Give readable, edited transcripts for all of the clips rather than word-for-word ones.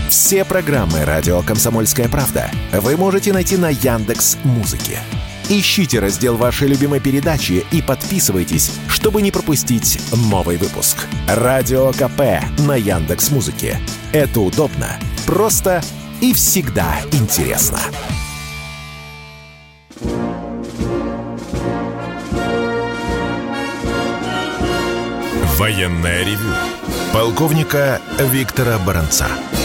Все программы «Радио Комсомольская правда» вы можете найти на Яндекс.Музыке. Ищите раздел вашей любимой передачи и подписывайтесь, чтобы не пропустить новый выпуск. Радио КП на Яндекс.Музыке. Это удобно, просто и всегда интересно. Военное ревю полковника Виктора Баранца.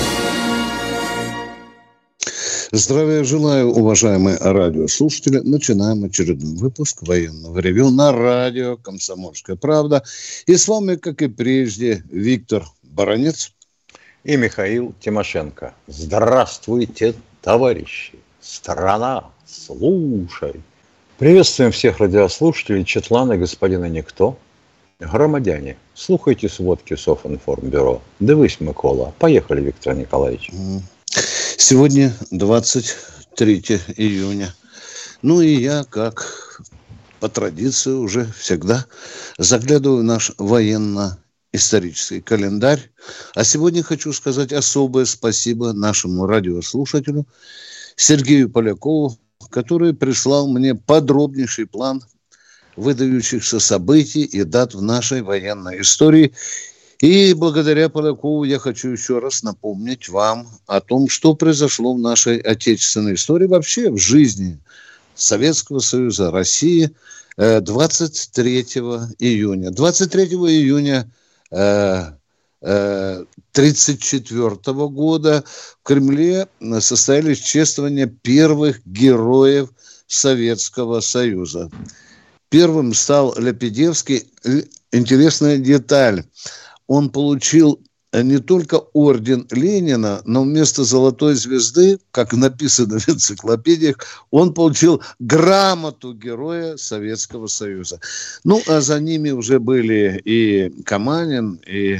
Здравия желаю, уважаемые радиослушатели. Начинаем очередной выпуск военного ревю на радио «Комсомольская правда». И с вами, как и прежде, Виктор Баранец и Михаил Тимошенко. Здравствуйте, товарищи! Страна, слушай! Приветствуем всех радиослушателей, Четлана, господина Никто. Громадяне, слухайте сводки Софинформбюро. Дивись, Микола. Поехали, Виктор Николаевич. Сегодня 23 июня. Ну и я, как по традиции уже всегда, заглядываю в наш военно-исторический календарь. А сегодня хочу сказать особое спасибо нашему радиослушателю Сергею Полякову, который прислал мне подробнейший план выдающихся событий и дат в нашей военной истории. И благодаря Полякову я хочу еще раз напомнить вам о том, что произошло в нашей отечественной истории, вообще в жизни Советского Союза, России 23 июня. 23 июня 1934 года в Кремле состоялись чествования первых героев Советского Союза. Первым стал Лепедевский. Интересная деталь. Он получил не только орден Ленина, но вместо золотой звезды, как написано в энциклопедиях, он получил грамоту Героя Советского Союза. Ну, а за ними уже были и Каманин, и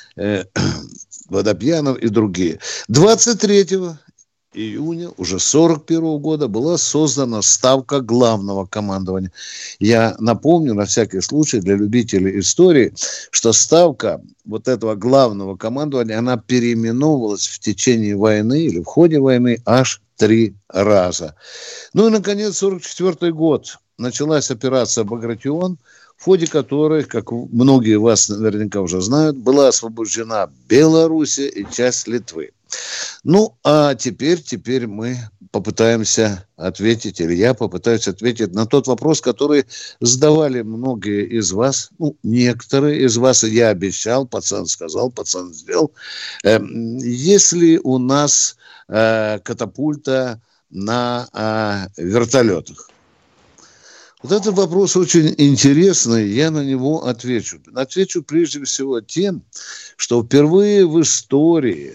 Водопьянов, и другие. 23 июня уже 1941 года была создана Ставка Главного командования. Я напомню, на всякий случай, для любителей истории, что Ставка вот этого Главного командования, она переименовывалась в течение войны или в ходе войны аж 3 раза. Ну и, наконец, 1944 год. Началась операция «Багратион», в ходе которой, как многие вас наверняка уже знают, была освобождена Белоруссия и часть Литвы. Ну, а теперь мы попытаемся ответить, или я попытаюсь ответить на тот вопрос, который задавали многие из вас, ну, некоторые из вас, и я обещал, пацан сказал, пацан сделал. Есть ли у нас катапульта на вертолетах? Вот этот вопрос очень интересный, я на него отвечу. Отвечу прежде всего тем, что впервые в истории,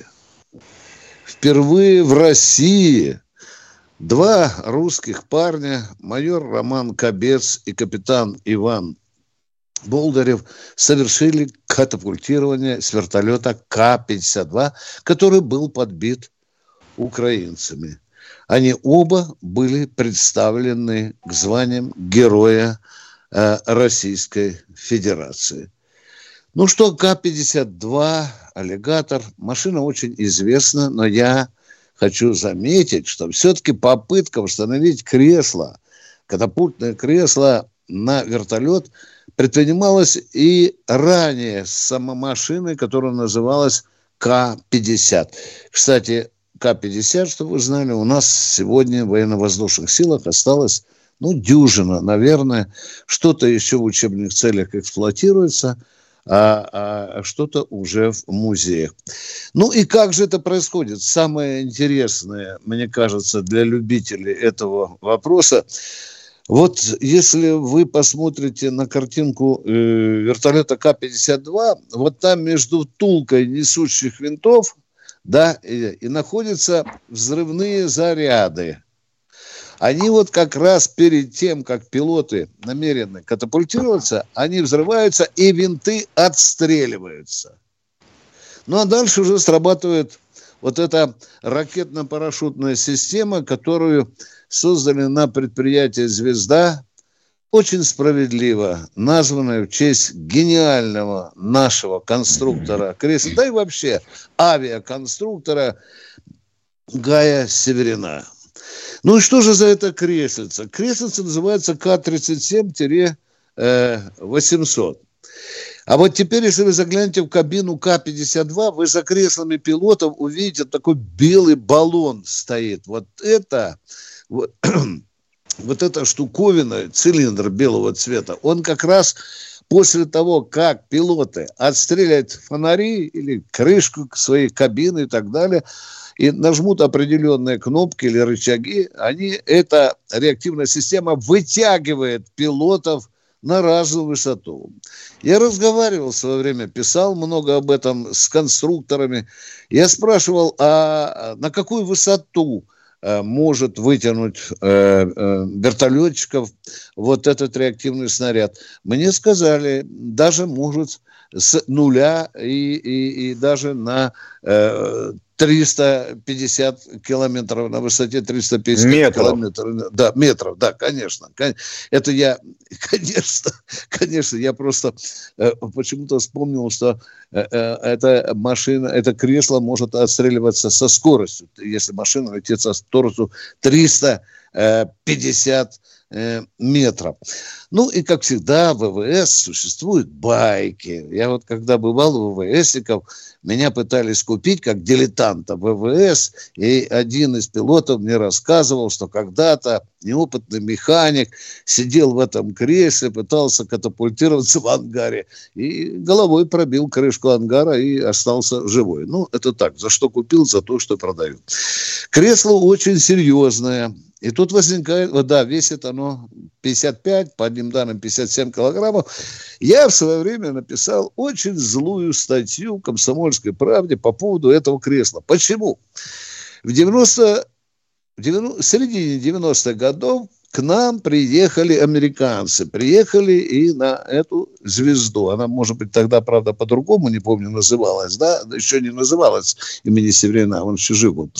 впервые в России 2 русских парня, майор Роман Кобец и капитан Иван Болдырев, совершили катапультирование с вертолета К-52, который был подбит украинцами. Они оба были представлены к званиям Героя Российской Федерации. Ну что, К-52, аллигатор, машина очень известна, но я хочу заметить, что все-таки попытка установить кресло, катапультное кресло на вертолет предпринималась и ранее с самомашиной, которая называлась К-50. Кстати, К-50, чтобы вы знали, у нас сегодня в военно-воздушных силах осталось, дюжина, наверное. Что-то еще в учебных целях эксплуатируется, а что-то уже в музеях. Ну и как же это происходит? Самое интересное, мне кажется, для любителей этого вопроса, вот если вы посмотрите на картинку вертолета К-52, вот там между втулкой несущих винтов, да, и находятся взрывные заряды. Они вот как раз перед тем, как пилоты намерены катапультироваться, они взрываются, и винты отстреливаются. Ну, а дальше уже срабатывает вот эта ракетно-парашютная система, которую создали на предприятии «Звезда». очень справедливо названное в честь гениального нашего конструктора кресла, да и вообще авиаконструктора Гая Северина. Ну и что же за это креслица? Креслица называется К-37-800. А вот теперь, если вы заглянете в кабину К-52, вы за креслами пилотов увидите, такой белый баллон стоит. Вот эта штуковина, цилиндр белого цвета, он как раз после того, как пилоты отстреляют фонари или крышку своей кабины и так далее, и нажмут определенные кнопки или рычаги, эта реактивная система вытягивает пилотов на разную высоту. Я разговаривал в свое время, писал много об этом с конструкторами. Я спрашивал, а на какую высоту может вытянуть вертолетчиков вот этот реактивный снаряд? Мне сказали, даже может с нуля и даже на 350 километров, на высоте 350 километров. Да, метров, да, конечно. Это я, конечно, я просто почему-то вспомнил, что эта машина, это кресло может отстреливаться со скоростью, если машина летит со скоростью 350 метров. Ну и, как всегда, в ВВС существуют байки. Я вот, когда бывал у ВВСников, меня пытались купить как дилетанта в ВВС, и один из пилотов мне рассказывал, что когда-то неопытный механик сидел в этом кресле, пытался катапультироваться в ангаре, и головой пробил крышку ангара и остался живой. Ну, это так, за что купил, за то, что продаю. Кресло очень серьезное. И тут возникает, да, весит оно 55, по одним данным 57 килограммов. Я в свое время написал очень злую статью в «Комсомольской правде» по поводу этого кресла. Почему? В середине 90-х годов к нам приехали американцы. Приехали и на эту звезду. Она, может быть, тогда, правда, по-другому, не помню, называлась, да? Еще не называлась имени Северина, он еще жив был.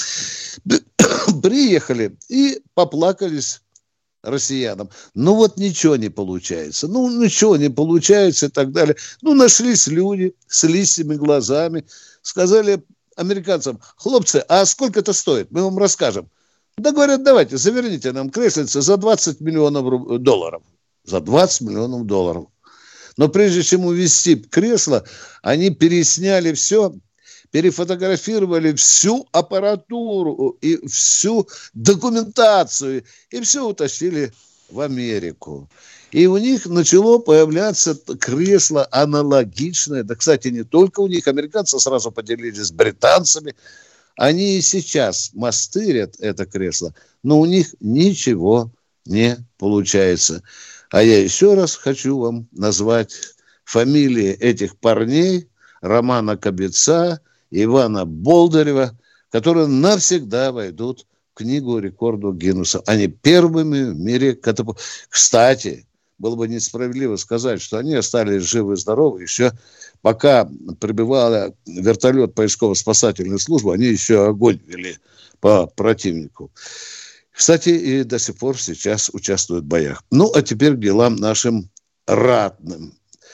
Приехали и поплакались россиянам. Ну вот ничего не получается. Ну ничего не получается и так далее. Ну нашлись люди с лисьими глазами. Сказали американцам: хлопцы, а сколько это стоит? Мы вам расскажем. Да, говорят, давайте, заверните нам креслице за 20 миллионов долларов. За 20 миллионов долларов. Но прежде чем увезти кресло, они пересняли все, перефотографировали всю аппаратуру и всю документацию, и все утащили в Америку. И у них начало появляться кресло аналогичное. Да, кстати, не только у них. Американцы сразу поделились с британцами. Они и сейчас мастырят это кресло, но у них ничего не получается. А я еще раз хочу вам назвать фамилии этих парней: Романа Кобеца, Ивана Болдырева, которые навсегда войдут в книгу рекордов Гиннесса. Они первыми в мире Кстати, было бы несправедливо сказать, что они остались живы-здоровы. Еще пока прибывал вертолет поисково-спасательной службы, они еще огонь вели по противнику. Кстати, и до сих пор сейчас участвуют в боях. Ну, а теперь к делам нашим ратным.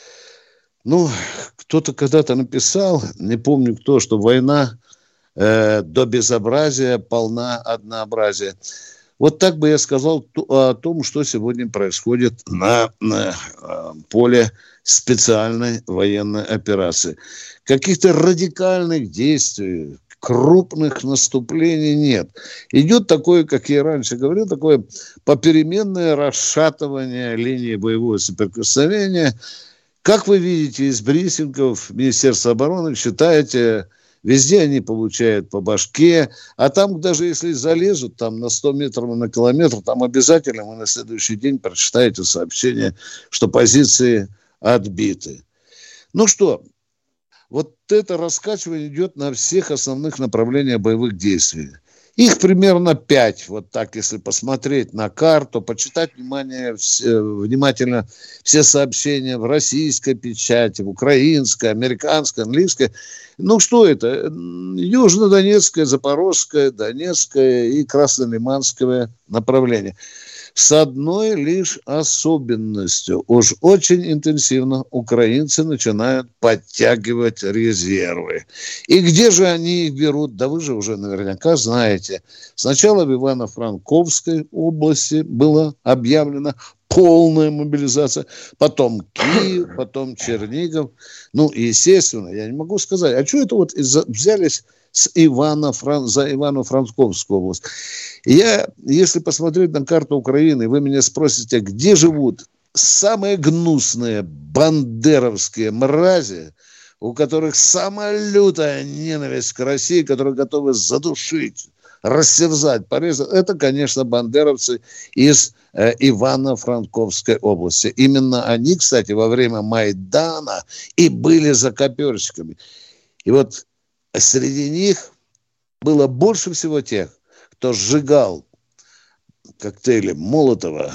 Ну, кто-то когда-то написал, не помню кто, что война до безобразия полна однообразия. Вот так бы я сказал о том, что сегодня происходит на поле специальной военной операции. Каких-то радикальных действий, крупных наступлений нет. Идет такое, как я раньше говорил, такое попеременное расшатывание линии боевого соприкосновения. Как вы видите из брифингов Министерства обороны, считаете, везде они получают по башке, а там даже если залезут там на 100 метров, на километр, там обязательно вы на следующий день прочитаете сообщение, что позиции отбиты. Ну что, вот это раскачивание идет на всех основных направлениях боевых действий. Их примерно 5, вот так, если посмотреть на карту, почитать внимательно все сообщения в российской печати, в украинской, американской, английской. Ну, что это? Южно-Донецкое, Запорожское, Донецкое и Краснолиманское направление. С одной лишь особенностью. Уж очень интенсивно украинцы начинают подтягивать резервы. И где же они их берут? Да вы же уже наверняка знаете. Сначала в Ивано-Франковской области была объявлена полная мобилизация, потом Киев, потом Чернигов. Ну, и, естественно, я не могу сказать, а что это вот взялись за Ивано-Франковскую область? Если посмотреть на карту Украины, вы меня спросите, где живут самые гнусные бандеровские мрази, у которых самая лютая ненависть к России, которые готовы задушить, растерзать, порезать, это, конечно, бандеровцы из Ивано-Франковской области. Именно они, кстати, во время Майдана и были закоперщиками. И вот среди них было больше всего тех, кто сжигал коктейли Молотова,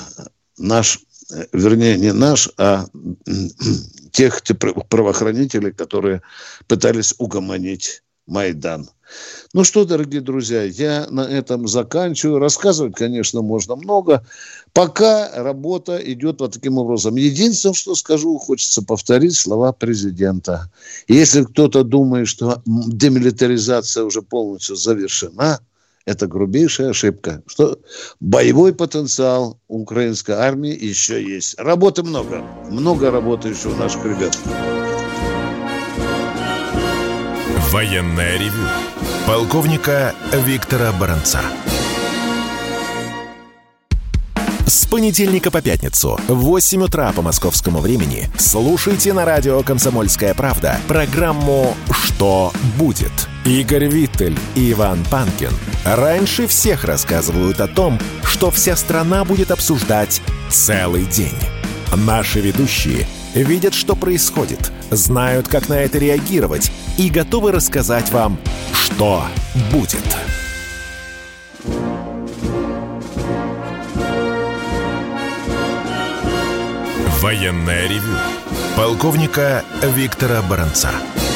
не наш, а тех правоохранителей, которые пытались угомонить Майдан. Ну что, дорогие друзья, я на этом заканчиваю. Рассказывать, конечно, можно много. Пока работа идет вот таким образом. Единственное, что скажу, хочется повторить слова президента. Если кто-то думает, что демилитаризация уже полностью завершена, это грубейшая ошибка. Что боевой потенциал украинской армии еще есть. Работы много. Много работы еще у наших ребят. Военное ревю полковника Виктора Баранца. С понедельника по пятницу в 8 утра по московскому времени слушайте на радио «Комсомольская правда» программу «Что будет?». Игорь Виттель и Иван Панкин раньше всех рассказывают о том, что вся страна будет обсуждать целый день. Наши ведущие видят, что происходит, знают, как на это реагировать и готовы рассказать вам, что будет. Военное ревю полковника Виктора Баранца.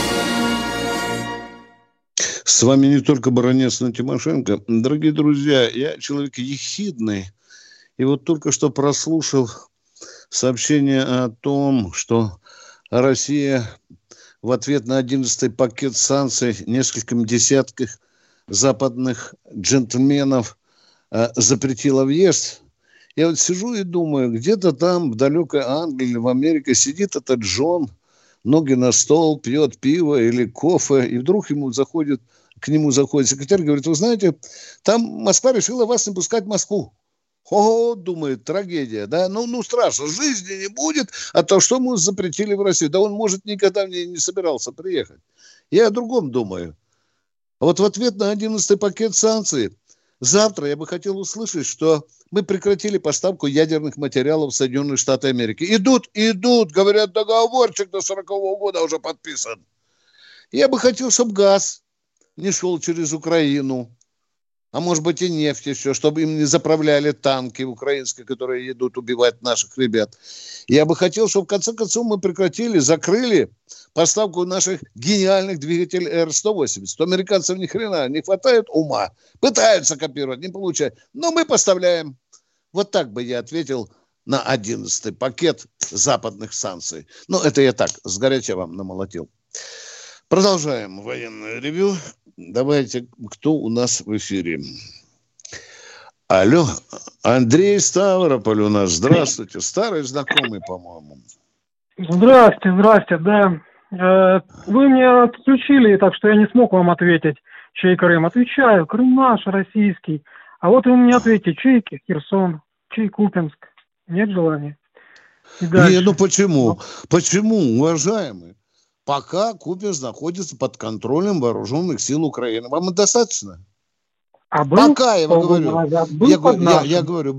С вами не только баронец, но Тимошенко. Дорогие друзья, я человек ехидный. И вот только что прослушал сообщение о том, что Россия в ответ на 11-й пакет санкций нескольким десяткам западных джентльменов запретила въезд. Я вот сижу и думаю, где-то там в далекой Англии или в Америке сидит этот Джон, ноги на стол, пьет пиво или кофе, и вдруг к нему заходит секретарь, говорит, вы знаете, там Москва решила вас не пускать в Москву. О, думает, трагедия, да? Ну, страшно, жизни не будет, а то, что мы запретили в Россию. Да он, может, никогда не собирался приехать. Я о другом думаю. А вот в ответ на 11-й пакет санкций завтра я бы хотел услышать, что мы прекратили поставку ядерных материалов в Соединенные Штаты Америки. Идут, говорят, договорчик до 40-го года уже подписан. Я бы хотел, чтобы газ не шел через Украину. А может быть и нефть еще, чтобы им не заправляли танки украинские, которые идут убивать наших ребят. Я бы хотел, чтобы в конце концов мы закрыли поставку наших гениальных двигателей Р-180. У американцев ни хрена не хватает ума. Пытаются копировать, не получают. Но мы поставляем. Вот так бы я ответил на 11-й пакет западных санкций. Ну, это я так, сгоряча вам намолотил. Продолжаем военное ревю. Давайте, кто у нас в эфире? Алло, Андрей Ставрополь у нас. Здравствуйте. Старый знакомый, по-моему. Здрасте, да. Вы меня отключили, так что я не смог вам ответить, чей Крым. Отвечаю, Крым наш, российский. А вот вы мне ответите, чей Херсон, чей Купянск. Нет желания? Не, ну почему? Почему, уважаемый? Пока Купянск находится под контролем вооруженных сил Украины. Вам достаточно? Пока, я вам говорю. Я говорю,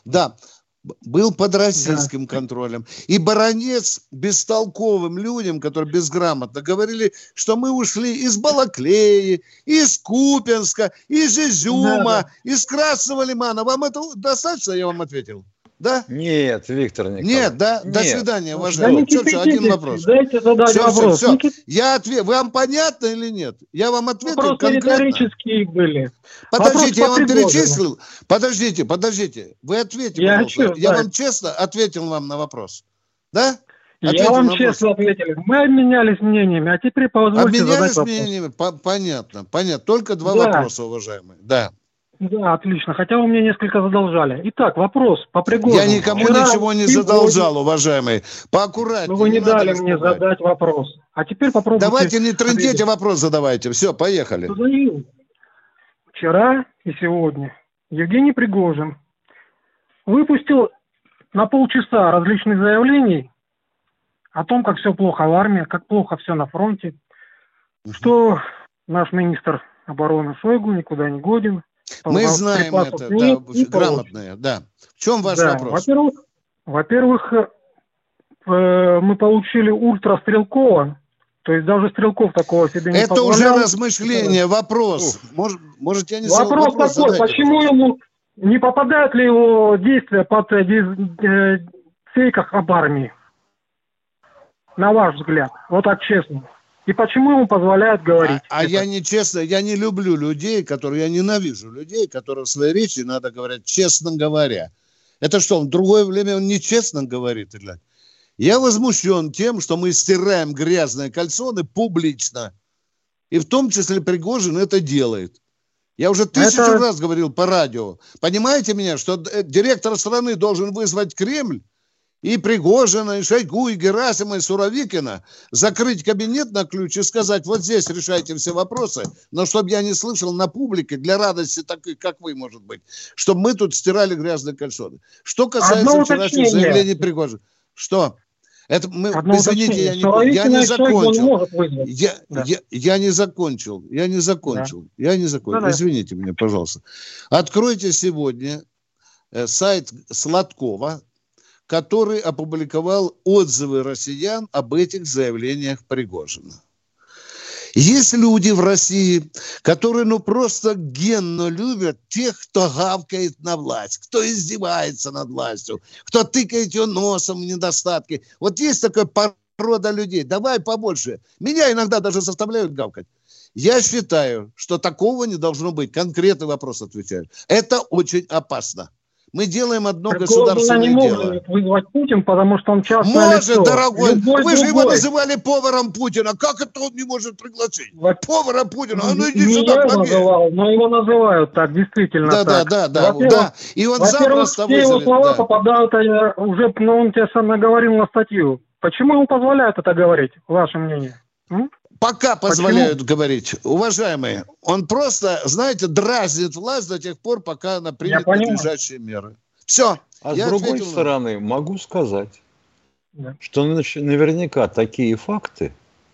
был под российским контролем. И баронец бестолковым людям, которые безграмотно говорили, что мы ушли из Балаклеи, из Купянска, из Изюма, из Красного Лимана. Вам это достаточно, я вам ответил? Да? Нет, Виктор Николаевич. Нет, да? Нет. До свидания, Да уважаемый. не Все, один кипятитесь, вопрос. дайте задать вопрос. Все. Не Вам понятно или нет? Я вам ответил Вопросы конкретно. риторические были. Подождите, я Вопрос вам по перечислил. Подождите. Вы ответьте, пожалуйста. Я вам честно ответил вам на вопрос. Да? Я вам честно ответил. Мы обменялись мнениями, а теперь позвольте задать вопрос. Обменялись мнениями? Понятно. Только два вопроса, уважаемые. Да. Да, отлично. Хотя вы мне несколько задолжали. Итак, вопрос по Пригожину. Я никому ничего не задолжал, уважаемые. Поаккуратнее. Но вы не дали мне задать вопрос. А теперь попробуйте... Давайте не трындите, вопрос задавайте. Все, поехали. Задаю. Вчера и сегодня Евгений Пригожин выпустил на полчаса различных заявлений о том, как все плохо в армии, как плохо все на фронте, что наш министр обороны Шойгу никуда не годен. Мы знаем это, да, грамотное, да. В чем ваш вопрос? Во-первых, мы получили ультрастрелкова, то есть даже Стрелков такого себе не позволял. Это уже размышление, вопрос. Может, я не знаю. Вопрос такой, почему ему, не попадают ли его действия под фейках об армии? На ваш взгляд, вот так честно. И почему ему позволяют говорить? Я нечестно, я не люблю людей, я ненавижу людей, которые в своей речи надо говорить честно говоря. Это что, в другое время он нечестно говорит? Я возмущен тем, что мы стираем грязные кальсоны публично. И в том числе Пригожин это делает. Я уже 1000 раз говорил по радио. Понимаете меня, что директор страны должен вызвать Кремль, и Пригожина, и Шойгу, и Герасима, и Суровикина, закрыть кабинет на ключ и сказать, вот здесь решайте все вопросы, но чтобы я не слышал на публике, для радости такой, как вы, может быть, чтобы мы тут стирали грязные кальсоны. Что касается вчерашних заявлений Пригожина. Что? Это мы, извините, я не закончил. Я не закончил. Да. Извините меня, пожалуйста. Откройте сегодня сайт Сладкова, который опубликовал отзывы россиян об этих заявлениях Пригожина. Есть люди в России, которые просто генно любят тех, кто гавкает на власть, кто издевается над властью, кто тыкает ее носом в недостатки. Вот есть такая порода людей. Давай побольше. Меня иногда даже заставляют гавкать. Я считаю, что такого не должно быть. Конкретный вопрос отвечаю. Это очень опасно. Мы делаем одно государственное дело. Не может вызвать Путин, потому что он частное лицо. Может, дорогой. Вы же его называли поваром Путина. Как это он не может пригласить? Повара Путина. Иди сюда, называл, но его называют так, действительно так. Да. И он запросто все его слова попадают уже, он тебе сам наговорил на статью. Почему ему позволяют это говорить, ваше мнение? Пока позволяют говорить. Уважаемые, он просто, знаете, дразнит власть до тех пор, пока она примет надлежащие меры. Все. А с другой стороны, могу сказать, что наверняка такие факты,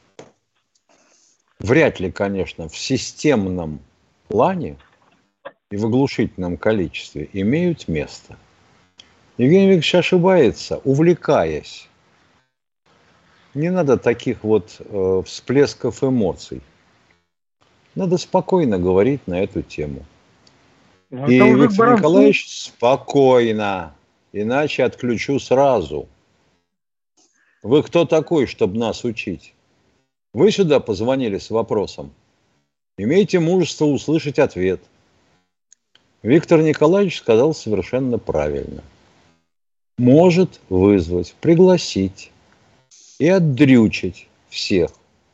вряд ли, конечно, в системном плане и в оглушительном количестве имеют место. Евгений Викторович ошибается, увлекаясь. Не надо таких всплесков эмоций. Надо спокойно говорить на эту тему. И Виктор Николаевич, спокойно, иначе отключу сразу. Вы кто такой, чтобы нас учить? Вы сюда позвонили с вопросом. Имейте мужество услышать ответ. Виктор Николаевич сказал совершенно правильно. Может вызвать, пригласить и отдрючить всех.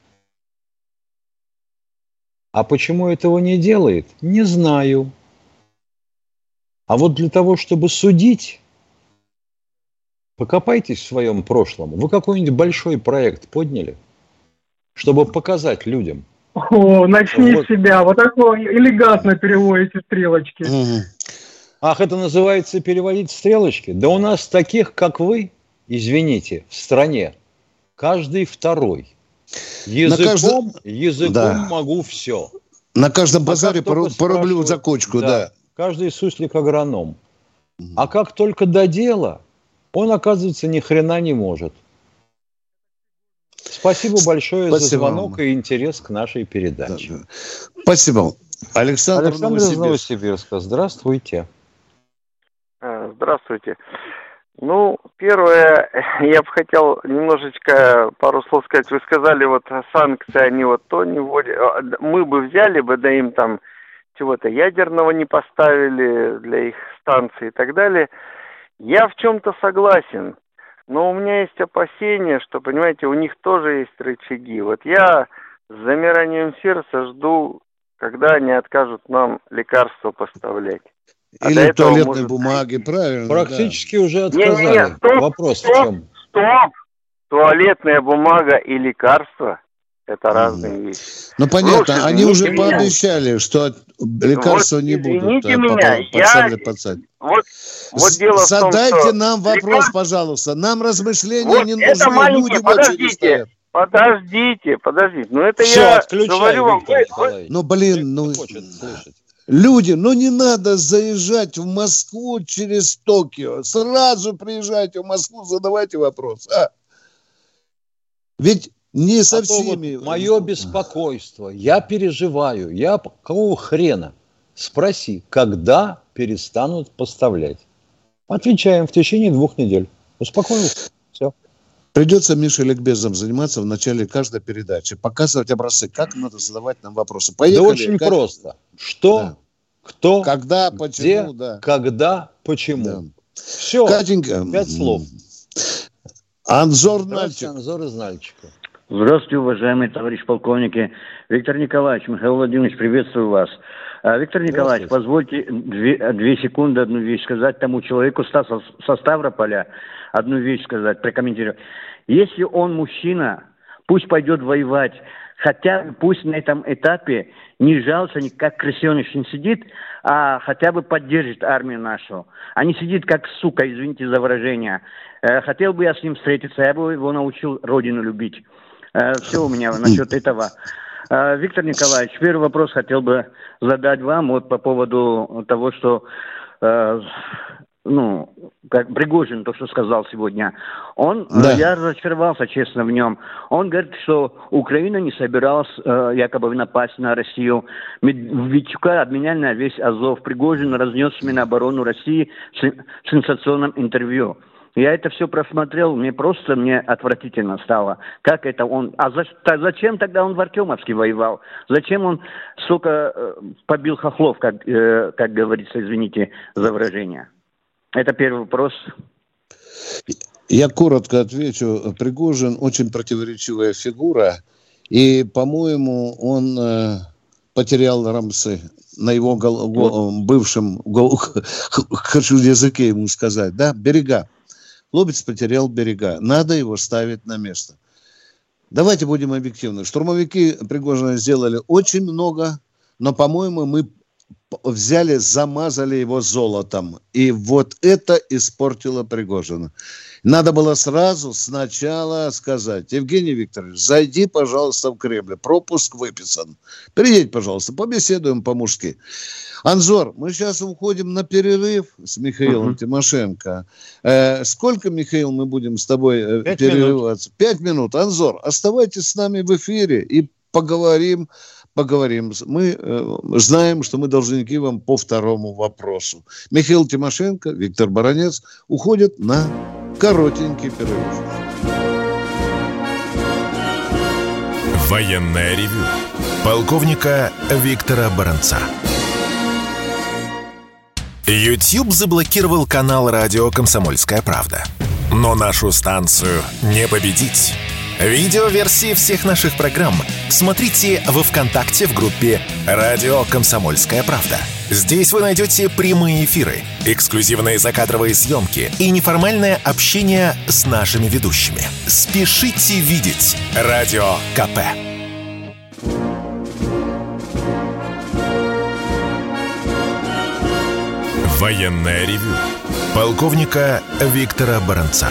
А почему этого не делает, не знаю. А вот для того, чтобы судить, покопайтесь в своем прошлом. Вы какой-нибудь большой проект подняли, чтобы показать людям? Начни с себя. Вот такой элегантно переводите стрелочки. Ах, это называется переводить стрелочки? Да у нас таких, как вы, извините, в стране, каждый второй. Языком могу все. На каждом базаре по рублю за кочку, да. Каждый суслик-агроном. А как только до дела, он, оказывается, ни хрена не может. Спасибо большое за звонок и интерес к нашей передаче. Да. Спасибо. Александр из Новосибирска. Здравствуйте. Здравствуйте. Ну, первое, я бы хотел немножечко пару слов сказать. Вы сказали, вот санкции, они вот то не вводят. Мы бы взяли бы, да им там чего-то ядерного не поставили для их станций и так далее. Я в чем-то согласен, но у меня есть опасения, что, понимаете, у них тоже есть рычаги. Вот я с замиранием сердца жду, когда они откажут нам лекарства поставлять. Или туалетной бумаги, правильно? Практически уже отказали. Вопрос в чем? Стоп! Туалетная бумага и лекарства – это разные вещи. Ну, понятно, они уже пообещали, что лекарства не будут. Извините меня, вот дело в том, задайте нам вопрос, пожалуйста. Нам размышления не нужны, люди в очереди стоят. Подождите. Ну, это все, я говорю вам. Ну, блин, люди, не надо заезжать в Москву через Токио. Сразу приезжайте в Москву, задавайте вопрос. Ведь не со всеми... Вот мое беспокойство, я переживаю, какого хрена? Спроси, когда перестанут поставлять? Отвечаем, в течение 2 недель. Успокоился. Все. Придется Мише ликбезом заниматься в начале каждой передачи, показывать образцы, как надо задавать нам вопросы. Поехали. Да очень просто. Что, да. Кто, когда, почему, где, да. Когда, почему. Да. Все, Катенька, 5 слов. Анзор Нальчик. Анзор из Нальчика. Здравствуйте, уважаемые товарищи полковники. Виктор Николаевич, Михаил Владимирович, приветствую вас. Виктор Николаевич, позвольте 2 секунды одну вещь сказать тому человеку со Ставрополя, одну вещь сказать, прокомментировать. Если он мужчина, пусть пойдет воевать, хотя бы пусть на этом этапе не жался, как крысеныш не сидит, а хотя бы поддержит армию нашу. А не сидит как сука, извините за выражение. Хотел бы я с ним встретиться, я бы его научил родину любить. Все у меня насчет этого. Виктор Николаевич, первый вопрос хотел бы задать вам вот по поводу того, что, как Пригожин то, что сказал сегодня. Я разочаровался, честно, в нем. Он говорит, что Украина не собиралась якобы напасть на Россию. Медведчука обменяли на весь Азов. Пригожин разнес Минобороны России в сенсационном интервью. Я это все просмотрел, мне отвратительно стало. Как это он... зачем тогда он в Артемовске воевал? Зачем он столько побил хохлов, как говорится, извините за выражение? Это первый вопрос. Я коротко отвечу. Пригожин очень противоречивая фигура. И, по-моему, он потерял рамсы на его бывшем, хочу языке ему сказать, да, берега. Хлопец потерял берега. Надо его ставить на место. Давайте будем объективны. Штурмовики Пригожина сделали очень много, но, по-моему, мы замазали его золотом. И вот это испортило Пригожина. Надо было сначала сказать: Евгений Викторович, зайди, пожалуйста, в Кремль. Пропуск выписан. Приедь, пожалуйста, побеседуем по-мужски. Анзор, мы сейчас уходим на перерыв с Михаилом Тимошенко. Сколько, Михаил, мы будем с тобой 5 перерываться? 5 минут. Анзор, оставайтесь с нами в эфире и поговорим. Мы знаем, что мы должники вам по второму вопросу. Михаил Тимошенко, Виктор Баранец уходят на коротенький перерыв. Военное ревю полковника Виктора Баранца. YouTube заблокировал канал радио «Комсомольская правда». Но нашу станцию не победить. Видеоверсии всех наших программ смотрите во ВКонтакте в группе «Радио Комсомольская правда». Здесь вы найдете прямые эфиры, эксклюзивные закадровые съемки и неформальное общение с нашими ведущими. Спешите видеть Радио КП. Военное ревю полковника Виктора Баранца.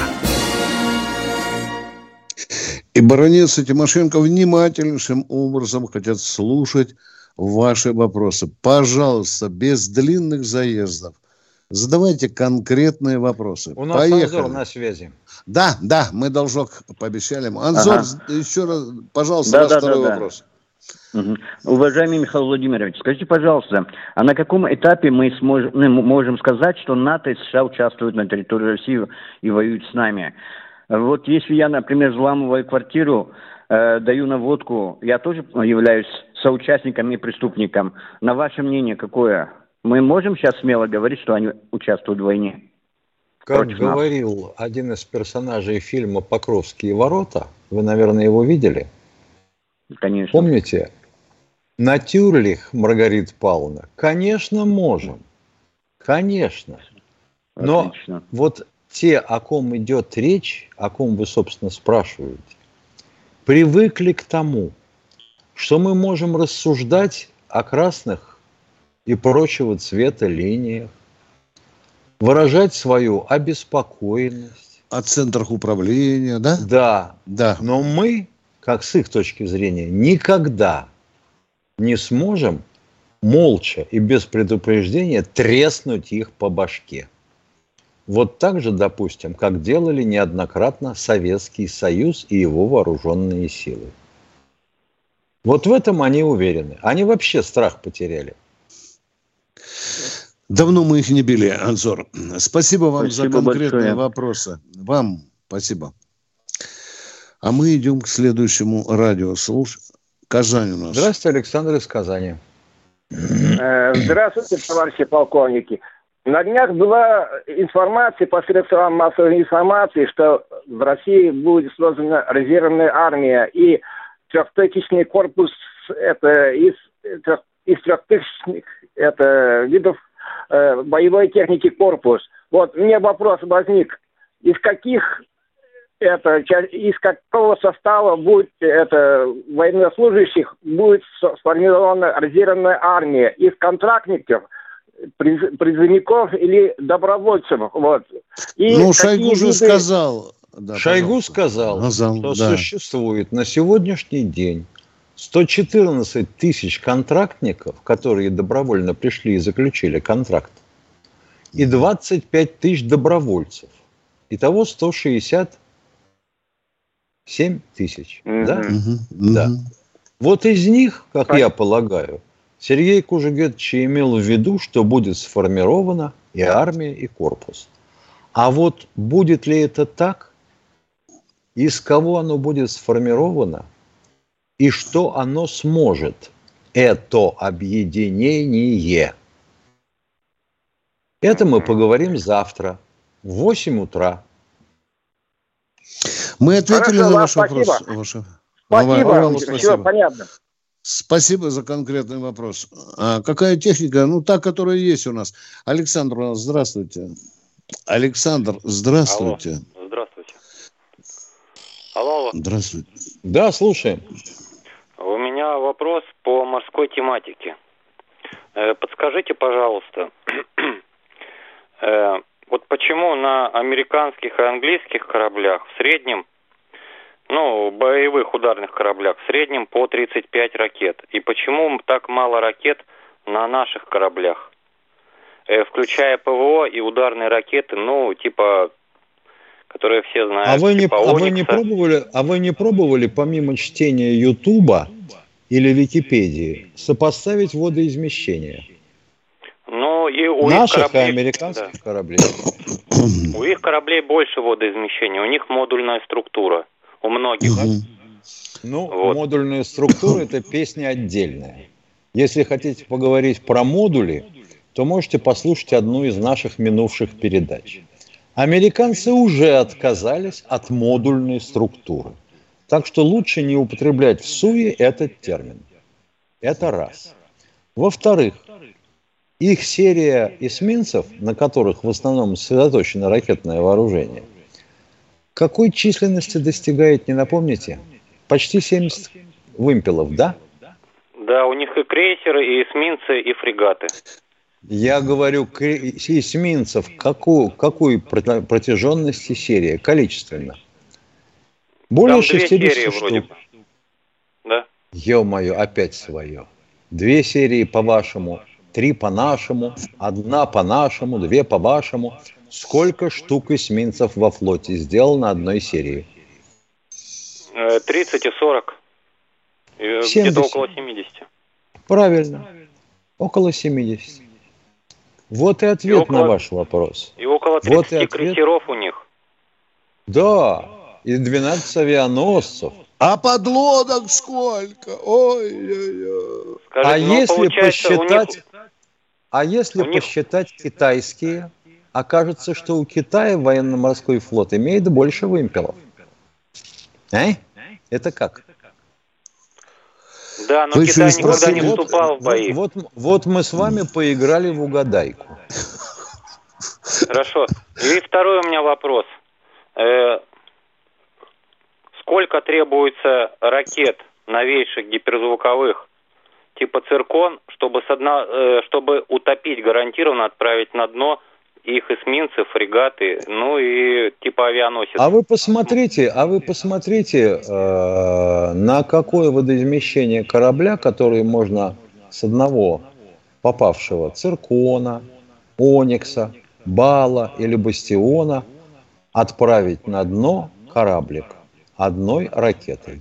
И Баранец и Тимошенко внимательнейшим образом хотят слушать ваши вопросы. Пожалуйста, без длинных заездов. Задавайте конкретные вопросы. У нас Поехали. Анзор на связи. Да, мы должок пообещали ему. Анзор, еще раз, пожалуйста, ваш второй вопрос. Уважаемый Михаил Владимирович, скажите, пожалуйста, а на каком этапе мы можем сказать, что НАТО и США участвуют на территории России и воюют с нами? Вот если я, например, взламываю квартиру, даю наводку, я тоже являюсь соучастником и преступником. На ваше мнение какое? Мы можем сейчас смело говорить, что они участвуют в войне? Как говорил один из персонажей фильма «Покровские ворота», вы, наверное, его видели? Конечно. Помните? Натюрлих, Маргарита Павловна, конечно, можем. Конечно. Но отлично. Вот те, о ком идет речь, о ком вы, собственно, спрашиваете, привыкли к тому, что мы можем рассуждать о красных и прочего цвета линиях, выражать свою обеспокоенность. О центрах управления, да? Да. Да. Но мы, как с их точки зрения, никогда не сможем молча и без предупреждения треснуть их по башке. Вот так же, допустим, как делали неоднократно Советский Союз и его вооруженные силы. Вот в этом они уверены. Они вообще страх потеряли. Давно мы их не били, Анзор. Спасибо вам за конкретные большое. вопросы. Вам спасибо. А мы идем к следующему радиослушателю. Казань у нас. Здравствуйте, Александр из Казани. Здравствуйте, товарищи полковники. На днях была информация по средствам массовой информации, что в России будет создана резервная армия и 3000-й корпус это из 3000 видов боевой техники корпус. Вот мне вопрос возник: из какого состава будет военнослужащих будет сформирована резервная армия? Из контрактников, призывников или добровольцев? Вот. И Шойгу же сказал. Да, Шойгу сказал, что существует на сегодняшний день 114 тысяч контрактников, которые добровольно пришли и заключили контракт, и 25 тысяч добровольцев. Итого 167 тысяч. Да? Да. Вот из них, как я полагаю, Сергей Кужугетович имел в виду, что будет сформирована и армия, и корпус. А вот будет ли это так, из кого оно будет сформировано, и что оно сможет, это объединение. Это мы поговорим завтра в 8 утра. Мы ответили на ваш вопрос. Спасибо, все понятно. Спасибо за конкретный вопрос. А какая техника? Та, которая есть у нас. Александр, здравствуйте. Александр, здравствуйте. Алло. Здравствуйте. Алло. Здравствуйте. Да, слушаем. У меня вопрос по морской тематике. Подскажите, пожалуйста, вот почему на американских и английских кораблях в среднем, боевых ударных кораблях в среднем по 35 ракет, и почему так мало ракет на наших кораблях, включая ПВО и ударные ракеты, которые все знают. А вы не пробовали помимо чтения Ютуба или Википедии сопоставить водоизмещение? И у наших их кораблей, и американских кораблей. У их кораблей больше водоизмещения, у них модульная структура, у многих. Модульная структура – это песня отдельная. Если хотите поговорить про модули, то можете послушать одну из наших минувших передач. Американцы уже отказались от модульной структуры. Так что лучше не употреблять в суе этот термин. Это раз. Во-вторых, их серия эсминцев, на которых в основном сосредоточено ракетное вооружение, какой численности достигает, не напомните? Почти 70 вымпелов, да? Да, у них и крейсеры, и эсминцы, и фрегаты. Я говорю, эсминцев какой протяженности серия, количественно? Более 60 штук. Вроде бы. Да. Ё-моё, опять свое. 2 серии по-вашему, 3 по-нашему, 1 по-нашему, 2 по-вашему. Сколько штук эсминцев во флоте сделано одной серии? 30 и 40. Где-то около 70. Правильно. Около 70. Вот и ответ на ваш вопрос. И около 30 крейсеров у них. Да, и 12 авианосцев. А подлодок сколько? Ой-ой-ой. А если посчитать китайские, окажется, что у Китая военно-морской флот имеет больше вымпелов. Это как? Да, но Китай никогда не вступал в бои. Вот мы с вами поиграли в угадайку. Хорошо. И второй у меня вопрос. Сколько требуется ракет новейших гиперзвуковых типа «Циркон», чтобы утопить, гарантированно отправить на дно их эсминцы, фрегаты, ну и типа авианосец? А вы посмотрите, на какое водоизмещение корабля, который можно с одного попавшего «Циркона», «Оникса», «Бала» или «Бастиона» отправить на дно кораблик одной ракетой.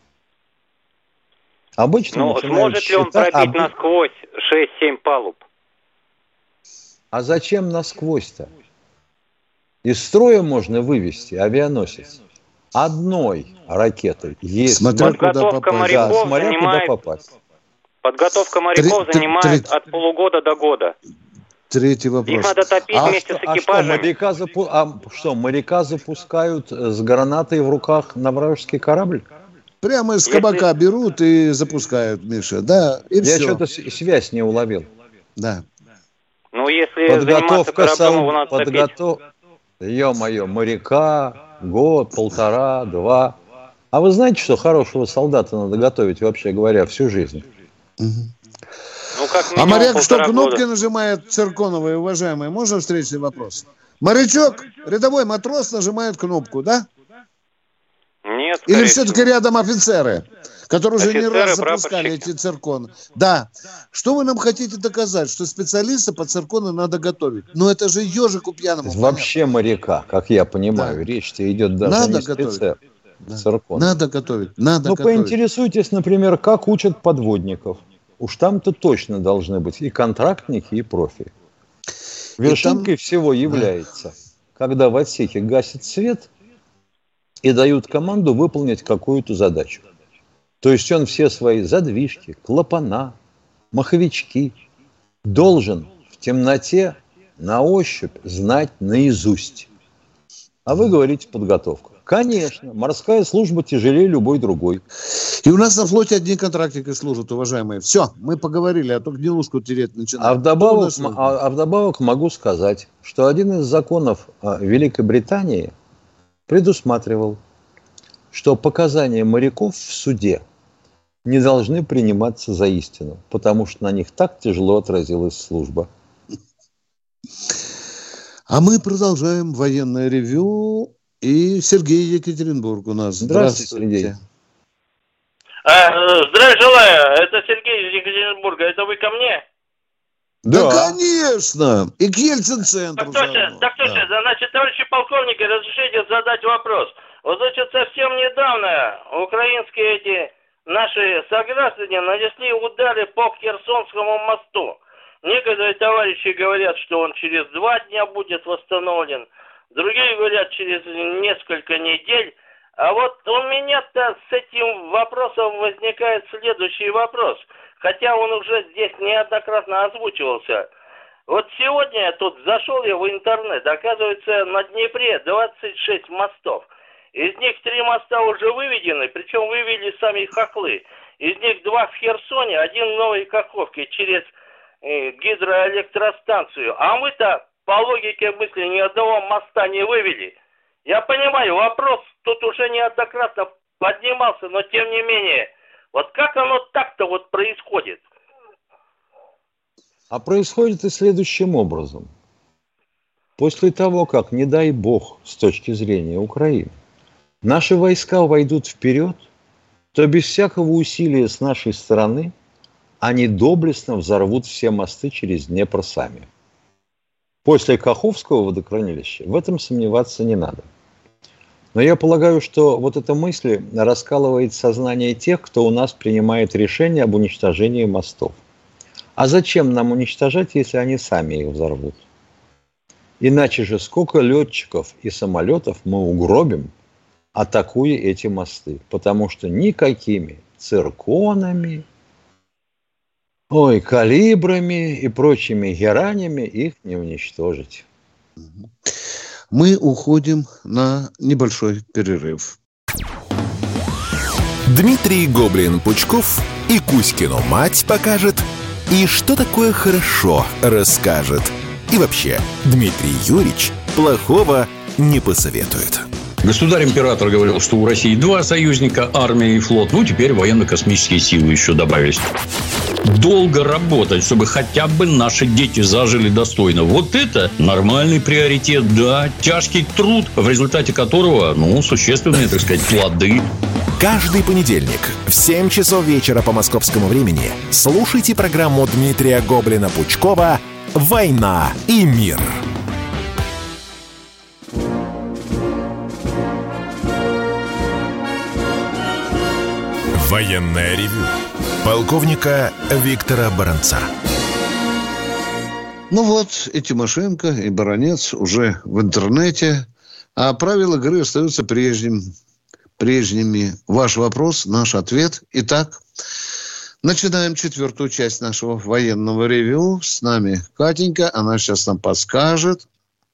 Обычно сможет ли он пробить насквозь 6-7 палуб? А зачем насквозь-то? Из строя можно вывести авианосец одной ракетой. Подготовка моряков занимает от полугода до года. Третий вопрос. Их надо топить вместе с экипажем. Моряка запускают с гранатой в руках на вражеский корабль? Прямо из кабака берут и запускают, Миша. Да, и все. Я что-то связь не уловил. Да. Ну, если заниматься кораблем, его надо топить. Ё-моё, моряка, год, 1,5, 2. А вы знаете, что хорошего солдата надо готовить, вообще говоря, всю жизнь? Ну, как минимум, моряк что, кнопки нажимает цирконовые, уважаемые? Можно встречный вопрос? Морячок, рядовой матрос нажимает кнопку, да? Нет, или все-таки рядом офицеры, которые уже не раз запускали эти цирконы? Да. Что вы нам хотите доказать? Что специалиста по циркону надо готовить? Ну, это же ежику пьяному. Вообще понятно. Моряка, как я понимаю, речь-то идет даже надо не специалист. Циркон. Надо готовить. Надо поинтересуйтесь, например, как учат подводников. Уж там-то точно должны быть и контрактники, и профи. Вершинкой всего является, когда в отсеке гасит свет и дают команду выполнить какую-то задачу. То есть он все свои задвижки, клапана, маховички должен в темноте на ощупь знать наизусть. А вы говорите подготовка. Конечно, морская служба тяжелее любой другой. И у нас на флоте одни контрактники служат, уважаемые. Все, мы поговорили, а то гнилушку тереть начинаем. А вдобавок могу сказать, что один из законов Великой Британии предусматривал, что показания моряков в суде не должны приниматься за истину, потому что на них так тяжело отразилась служба. А мы продолжаем военное ревью. И Сергей, Екатеринбург у нас. Здравствуйте, Сергей. Здравия желаю. Это Сергей из Екатеринбурга. Это вы ко мне? Да, конечно. И к Ельцин-центру. Так точно. Значит, товарищи полковники, разрешите задать вопрос. Вот, значит, совсем недавно украинские эти наши сограждане нанесли удары по Херсонскому мосту. Некоторые товарищи говорят, что он через 2 дня будет восстановлен. Другие говорят, через несколько недель. А вот у меня-то с этим вопросом возникает следующий вопрос. Хотя он уже здесь неоднократно озвучивался. Вот сегодня тут зашел я в интернет. Оказывается, на Днепре 26 мостов. Из них 3 моста уже выведены, причем вывели сами хохлы. Из них 2 в Херсоне, 1 в Новой Каховке через гидроэлектростанцию. А мы-то по логике мысли ни одного моста не вывели. Я понимаю, вопрос тут уже неоднократно поднимался, но тем не менее, вот как оно так-то вот происходит? А происходит и следующим образом. После того, как, не дай бог, с точки зрения Украины, наши войска войдут вперед, то без всякого усилия с нашей стороны они доблестно взорвут все мосты через Днепр сами. После Каховского водохранилища в этом сомневаться не надо. Но я полагаю, что вот эта мысль раскалывает сознание тех, кто у нас принимает решение об уничтожении мостов. А зачем нам уничтожать, если они сами их взорвут? Иначе же сколько летчиков и самолетов мы угробим, атакуя эти мосты? Потому что никакими цирконами, калибрами и прочими геранями их не уничтожить. Мы уходим на небольшой перерыв. Дмитрий Гоблин-Пучков и Кузькину мать покажет, и что такое хорошо расскажет. И вообще, Дмитрий Юрьевич плохого не посоветует. Государь-император говорил, что у России 2 союзника, армия и флот. Теперь военно-космические силы еще добавились. Долго работать, чтобы хотя бы наши дети зажили достойно. Вот это нормальный приоритет, да. Тяжкий труд, в результате которого, существенные, так сказать, плоды. Каждый понедельник в 7 часов вечера по московскому времени слушайте программу Дмитрия Гоблина-Пучкова «Война и мир». Военное ревю полковника Виктора Баранца. И Тимошенко, и Баранец уже в интернете, а правила игры остаются прежними. Ваш вопрос, наш ответ. Итак, начинаем 4-ю часть нашего военного ревю. С нами Катенька, она сейчас нам подскажет.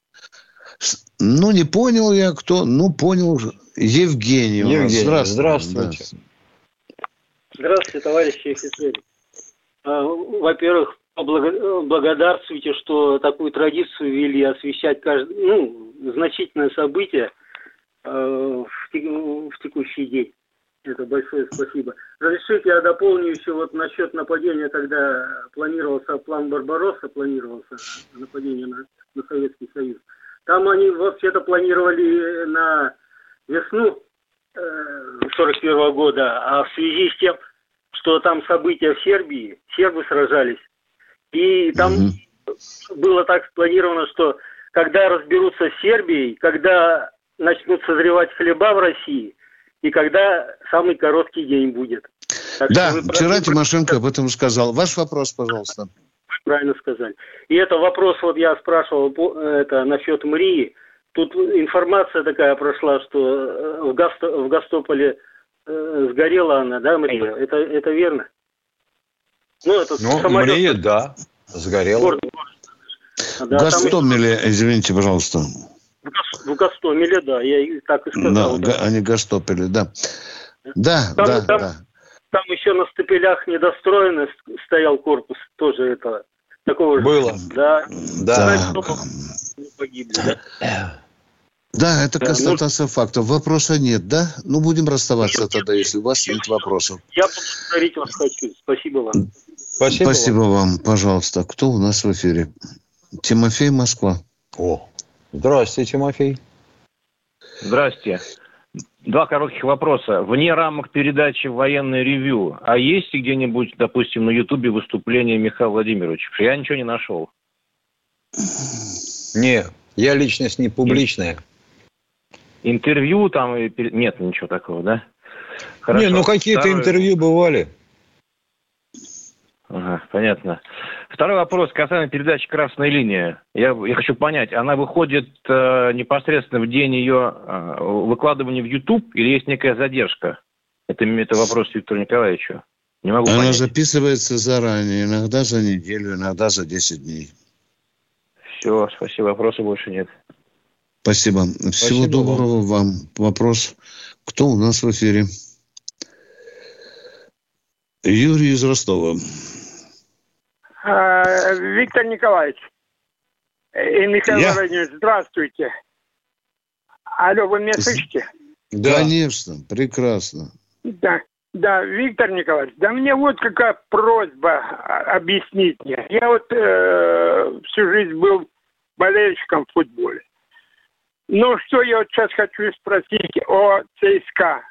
Не понял я, кто. Понял. Евгений. Здравствуйте. Здравствуйте, товарищи офицеры. Во-первых, благодарствуйте, что такую традицию ввели освещать значительное событие в текущий день. Это большое спасибо. Разрешите, я дополню еще насчет нападения, когда план Барбаросса планировался, нападение на Советский Союз. Там они вообще-то планировали на весну 41 года, а в связи с тем, что там события в Сербии, сербы сражались, и там было так спланировано, что когда разберутся с Сербией, когда начнут созревать хлеба в России, и когда самый короткий день будет. Вчера Тимошенко об этом сказал. Ваш вопрос, пожалуйста. Вы правильно сказали. И это вопрос, я спрашивал насчет МРИ. Тут информация такая прошла, что в Гостополе сгорела она, да, Мария? Это верно? Самолет... Мария, да, сгорела. В Гостомеле, извините, пожалуйста. В Гостомеле, да, я так и сказал. А не Гостополе, да. Там еще на стапелях недостроенный стоял корпус, тоже такого же. Было. Да. Погибли, да? Да, это констатация фактов. Вопроса нет, да? Будем расставаться тогда, если у вас нет вопросов. Я благодарить вас хочу. Спасибо вам. Спасибо вам, пожалуйста. Кто у нас в эфире? Тимофей, Москва. Здравствуйте, Тимофей. Здравствуйте. 2 коротких вопроса. Вне рамок передачи «Военное ревью», а есть где-нибудь, допустим, на Ютубе выступление Михаила Владимировича? Я ничего не нашел. Не, я личность не публичная. Интервью там? Нет, ничего такого, да? Хорошо. Какие-то интервью бывали. Ага, понятно. Второй вопрос касаемо передачи «Красная линия». Я хочу понять, она выходит непосредственно в день ее выкладывания в YouTube или есть некая задержка? Это вопрос Виктору Николаевичу. Не могу понять. Она записывается заранее, иногда за неделю, иногда за 10 дней. Все, спасибо. Вопросов больше нет. Спасибо. Всего доброго вам. Вопрос. Кто у нас в эфире? Юрий из Ростова. Виктор Николаевич и Михаил Владимирович, здравствуйте. Алло, вы меня слышите? Да. Конечно, прекрасно. Да, Виктор Николаевич, мне какая просьба объяснить мне. Я всю жизнь был болельщиком в футболе. Что я сейчас хочу спросить о ЦСКА.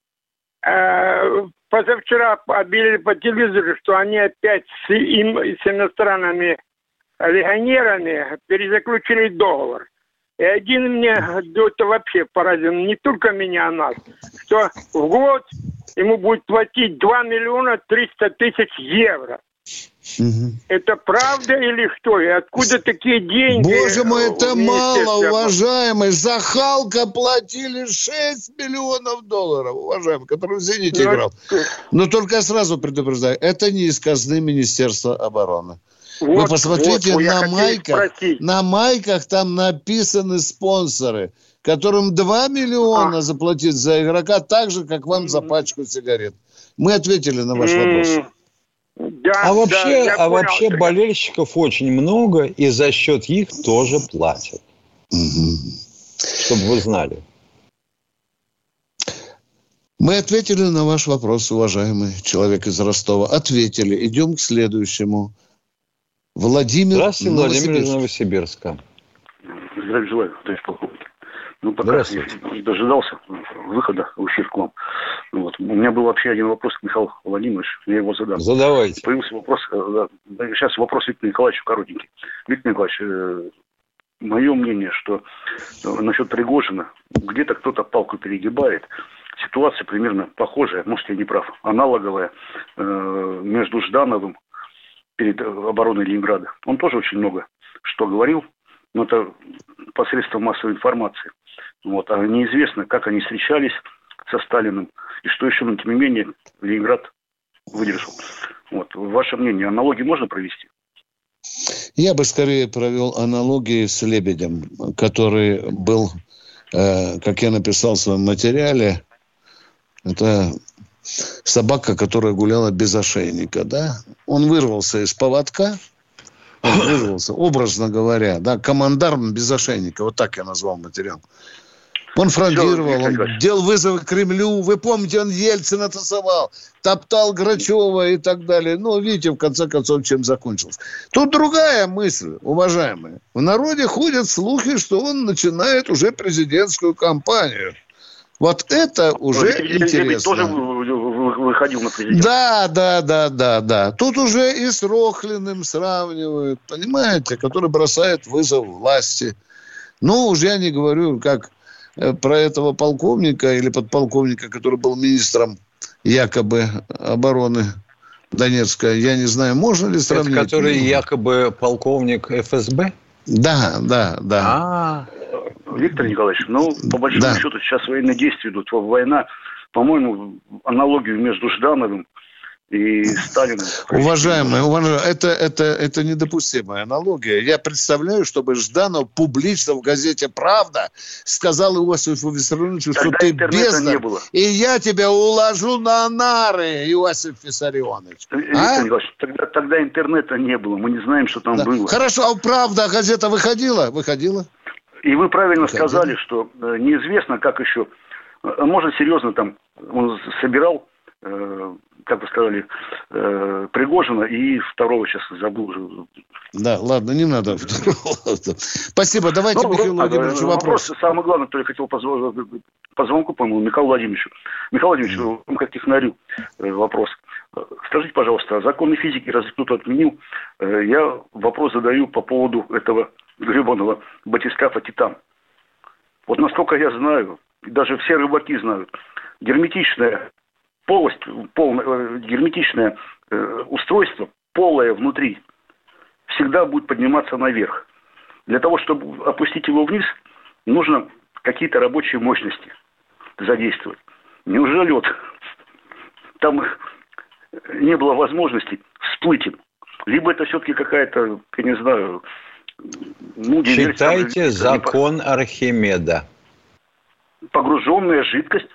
Позавчера объявили по телевизору, что они опять с иностранными легионерами перезаключили договор. И один мне, это вообще поразил, не только меня, а нас, что в год ему будет платить 2 миллиона 300 тысяч евро. Угу. Это правда или что? И откуда такие деньги? Боже мой, это мало, уважаемый. За Халка платили 6 миллионов долларов, уважаемый, который в «Зените» играл. Но только я сразу предупреждаю, это не из казны Министерства обороны. Вот, вы посмотрите, на майках там написаны спонсоры, которым 2 миллиона заплатить за игрока, так же, как вам за пачку сигарет. Мы ответили на ваш вопрос. Да, вообще болельщиков очень много, и за счет их тоже платят. Чтобы вы знали. Мы ответили на ваш вопрос, уважаемый человек из Ростова. Ответили. Идем к следующему. Владимир. Здравствуйте, Владимир из Новосибирска. Здравия желаю, товарищ полковник. Пока я дожидался выхода в эфир к вам. Вот. У меня был вообще один вопрос к Михаилу Владимировичу, я его задам. Задавайте. Появился вопрос, сейчас вопрос Виктору Николаевичу коротенький. Виктор Николаевич, мое мнение, что насчет Пригожина, где-то кто-то палку перегибает. Ситуация примерно похожая, может, я не прав, аналоговая между Ждановым перед обороной Ленинграда. Он тоже очень много что говорил, но это посредством массовой информации. Вот. А неизвестно, как они встречались со Сталиным, и что еще, но тем не менее, Ленинград выдержал. Вот. Ваше мнение, аналогии можно провести? Я бы скорее провел аналогии с Лебедем, который был, как я написал в своем материале, это собака, которая гуляла без ошейника, да? Он вырвался из поводка, образно говоря, да, командарм без ошейника, вот так я назвал материал. Он фрондировал, он делал вызовы Кремлю. Вы помните, он Ельцина тасовал, топтал Грачева и так далее. Ну, видите, в конце концов, чем закончилось. Тут другая мысль, уважаемые. В народе ходят слухи, что он начинает уже президентскую кампанию. Вот это уже интересно. Тоже выходил на президента. Да. Тут уже и с Рохлиным сравнивают, понимаете, который бросает вызов власти. Ну, уже я не говорю, как про этого полковника или подполковника, который был министром якобы обороны Донецка. Я не знаю, можно ли сравнить. Это который якобы полковник ФСБ? Да. Виктор Николаевич, по большому счету сейчас военные действия идут. Война, по-моему, аналогию между Ждановым и Сталиным. Уважаемые, это недопустимая аналогия. Я представляю, чтобы Жданов публично в газете «Правда» сказал Иосифу Виссарионовичу, что ты бездарь, и я тебя уложу на нары, Иосиф Виссарионович. Виктор Николаевич, тогда интернета не было, мы не знаем, что там было. Хорошо, а «Правда» газета выходила? Выходила. И вы правильно сказали, что неизвестно, как еще. Может, серьезно, там он собирал, как вы сказали, Пригожина и второго, сейчас забыл. Да, ладно, не надо. Спасибо. Давайте Михаилу Владимировичу вопрос. Самое главное, что я хотел по звонку, по-моему, Михаилу Владимировичу. Михаил Владимирович, вам как технарю вопрос. Скажите, пожалуйста, законы физики разве кто-то отменил? Я вопрос задаю по поводу этого гребаного батискафа «Титан». Вот насколько я знаю, даже все рыбаки знают, герметичная полость, герметичное устройство, полое внутри, всегда будет подниматься наверх. Для того, чтобы опустить его вниз, нужно какие-то рабочие мощности задействовать. Неужели вот там не было возможности всплыть им? Либо это все-таки какая-то, я не знаю... Читайте закон Архимеда. Погруженная жидкость.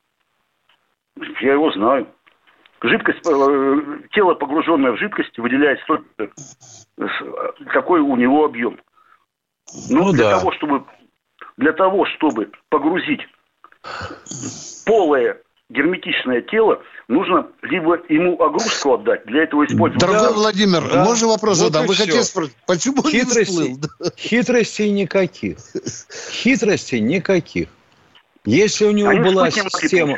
Я его знаю. Жидкость, тело, погруженное в жидкость, выделяет столько, какой у него объем. Но для того, чтобы погрузить полое герметичное тело, нужно либо ему огрузку отдать, для этого использовать... Дорогой Владимир, можно вопрос задам? Вы хотите спросить, почему он не всплыл? Хитростей никаких. Если у него была система...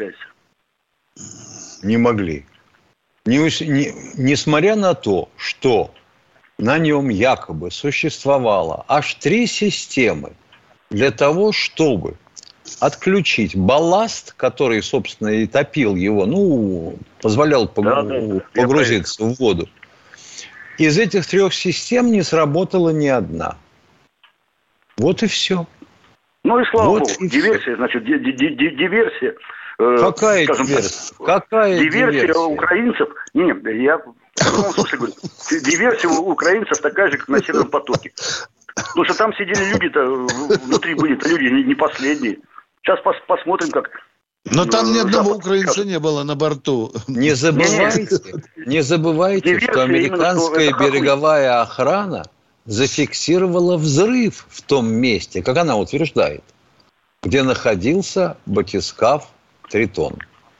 Не могли. Несмотря на то, что на нем якобы существовало аж 3 системы для того, чтобы отключить балласт, который, собственно, и топил его, позволял погрузиться в воду. Из этих 3 систем не сработала ни одна. Вот и все. Ну и слава богу. Диверсия, значит, диверсия. Какая диверсия? Какая диверсия украинцев? Нет, я в прямом смысле говорю. Диверсия у украинцев такая же, как на Северном потоке. Потому что там сидели люди-то, внутри были-то люди не последние. Сейчас посмотрим, как... Но там ни одного украинца не было на борту. Не забывайте, что американская береговая охрана зафиксировала взрыв в том месте, как она утверждает, где находился батискаф «Тритон».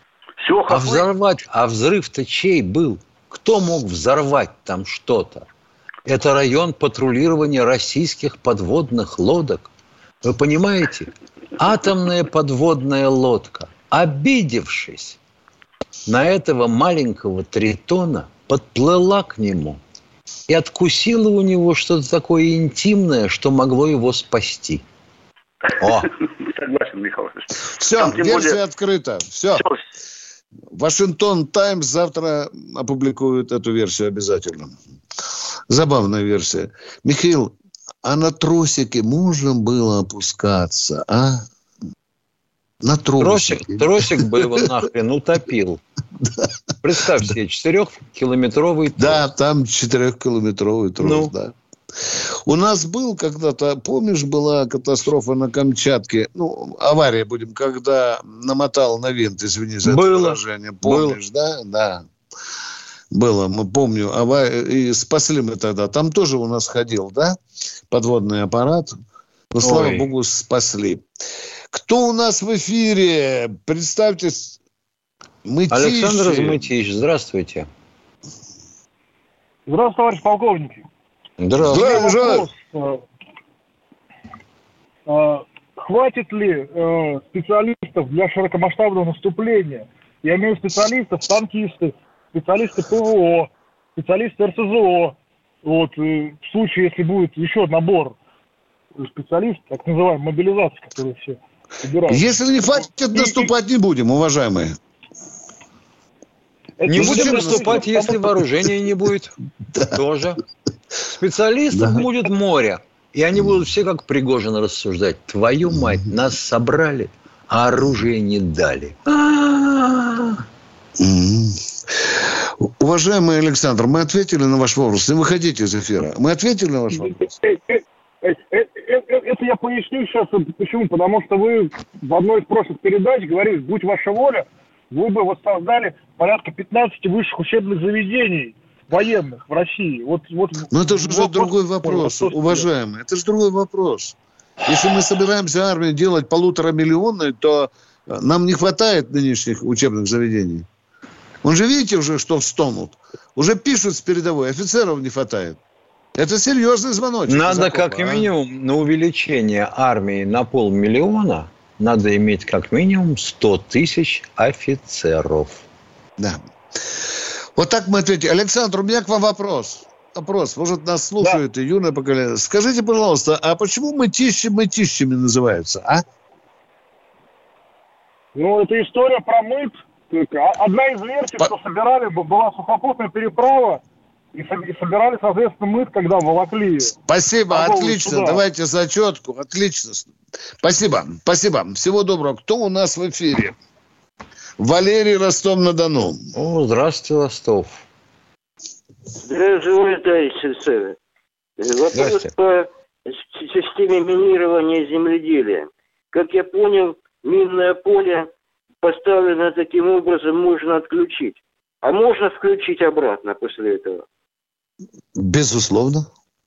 А взрыв-то чей был? Кто мог взорвать там что-то? Это район патрулирования российских подводных лодок. Вы понимаете? Атомная подводная лодка, обидевшись на этого маленького Тритона, подплыла к нему и откусила у него что-то такое интимное, что могло его спасти. Согласен, Михаил Владимирович. Все, версия открыта. Все. Вашингтон Таймс завтра опубликует эту версию обязательно. Забавная версия. Михаил, а на тросике можно было опускаться, а? На тросике. Тросик бы его нахрен утопил. Представь себе, 4-километровый трос. Да, там 4-километровый трос, да. У нас был когда-то, помнишь, была катастрофа на Камчатке, авария когда намотал на винт, извини за это выражение. Помнишь, да? Да. Было, мы помню, и спасли мы тогда. Там тоже у нас ходил, да, подводный аппарат. Но, слава богу, спасли. Кто у нас в эфире? Представьтесь. Мытищи. Александр Мытищ, здравствуйте. Здравствуйте, товарищ полковник. Здравствуйте. Хватит ли специалистов для широкомасштабного наступления? Я имею в виду специалистов, танкисты, специалисты ПВО, специалисты РСЗО. В случае, если будет еще набор специалистов, так называемая мобилизация, которую все собирают. Если не хватит, наступать не будем, уважаемые. Не будем наступать, если вооружения не будет. Тоже. Специалистов будет море. И они будут все как Пригожин рассуждать. Твою мать, нас собрали, а оружие не дали. Уважаемый Александр, мы ответили на ваш вопрос. Не выходите из эфира. Мы ответили на ваш вопрос. Это я поясню сейчас. Почему? Потому что вы в одной из прошлых передач говорили, будь ваша воля, вы бы воссоздали порядка 15 высших учебных заведений военных в России. Но это же уже другой вопрос, уважаемый. Это же другой вопрос. Если мы собираемся армию делать 1,5 миллиона, то нам не хватает нынешних учебных заведений. Вон же видите уже, что стонут. Уже пишут с передовой, офицеров не хватает. Это серьезный звоночек. Надо как минимум на увеличение армии на 500 000 надо иметь как минимум 100 тысяч офицеров. Да. Вот так мы ответили. Александр, у меня к вам вопрос. Может, нас слушают и юное поколение. Скажите, пожалуйста, а почему мытищами называются, а? Это история про мыт. Одна из версий, что собирали, была сухопутная переправа, и собирали, соответственно, мыт, когда волокли. Спасибо, отлично. Сюда. Давайте зачетку. Отлично. Спасибо. Всего доброго. Кто у нас в эфире? Валерий, Ростов-на-Дону. Здравствуйте, Ростов. Здравствуйте, товарищ офицеры. Вопрос по системе минирования земледелия. Как я понял, минное поле поставлено таким образом, можно отключить. А можно включить обратно после этого? Безусловно.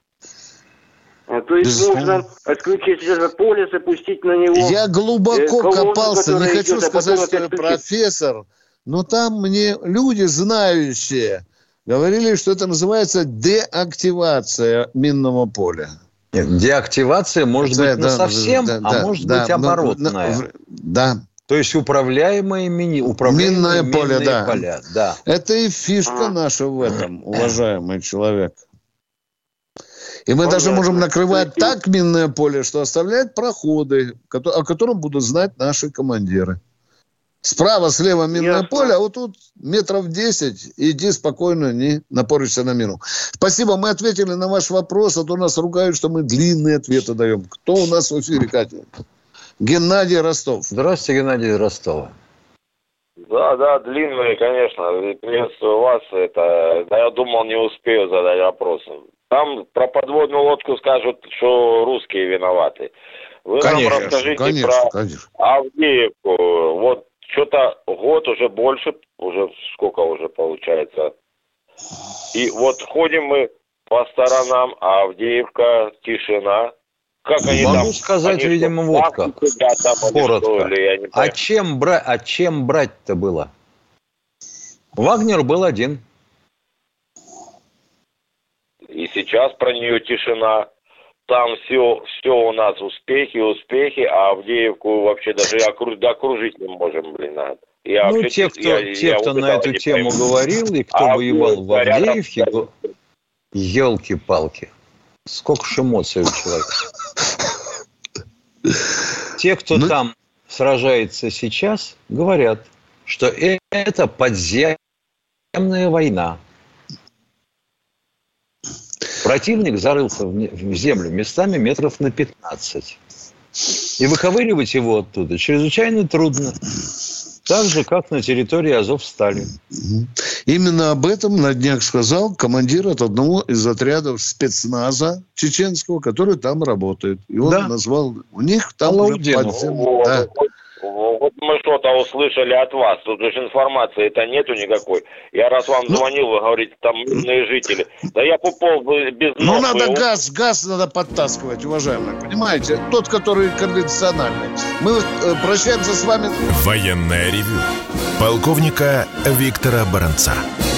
То есть можно отключить это поле, запустить на него... Я глубоко копался, не хочу сказать, что я профессор, но там мне люди, знающие, говорили, что это называется деактивация минного поля. Нет, деактивация может быть насовсем, может быть оборотная. Да. То есть управляемые минное поле, поля. Да. Это и фишка наша в этом, уважаемый человек. И мы даже можем накрывать так минное поле, что оставлять проходы, о котором будут знать наши командиры. Справа, слева минное поле, а вот тут метров 10, иди спокойно, не напоришься на мину. Спасибо, мы ответили на ваш вопрос, а то нас ругают, что мы длинные ответы даем. Кто у нас в эфире, Катя? Геннадий, Ростов. Здравствуйте, Геннадий, Ростова. Да, длинные, конечно. Приветствую вас. Я думал, не успею задать вопрос. Там про подводную лодку скажут, что русские виноваты. Вы нам расскажите про Авдеевку. Вот что-то год уже больше, уже сколько уже получается. И вот ходим мы по сторонам, а Авдеевка, тишина. Как они могу там, сказать, они видимо, вот как. Коротко. А чем брать-то было? Вагнер был один. И сейчас про нее тишина. Там все у нас успехи, а Авдеевку вообще даже окружить не можем, блин. Те, кто на эту тему говорил, и кто воевал в Авдеевке, елки-палки. Сколько ж эмоций у человека. Те, кто там сражается сейчас, говорят, что это подземная война. Противник зарылся в землю местами метров на 15. И выковыривать его оттуда чрезвычайно трудно. Так же, как на территории Азовстали. Именно об этом на днях сказал командир от одного из отрядов спецназа чеченского, который там работает. И он назвал... У них там уже подземный... Вот мы что-то услышали от вас. Тут же информации-то нету никакой. Я раз вам звонил, вы говорите, там мирные жители. Да я попал без носа. Ну, надо газ надо подтаскивать, уважаемые. Понимаете? Тот, который конвенциональный. Мы прощаемся с вами. Военное ревю полковника Виктора Баранца.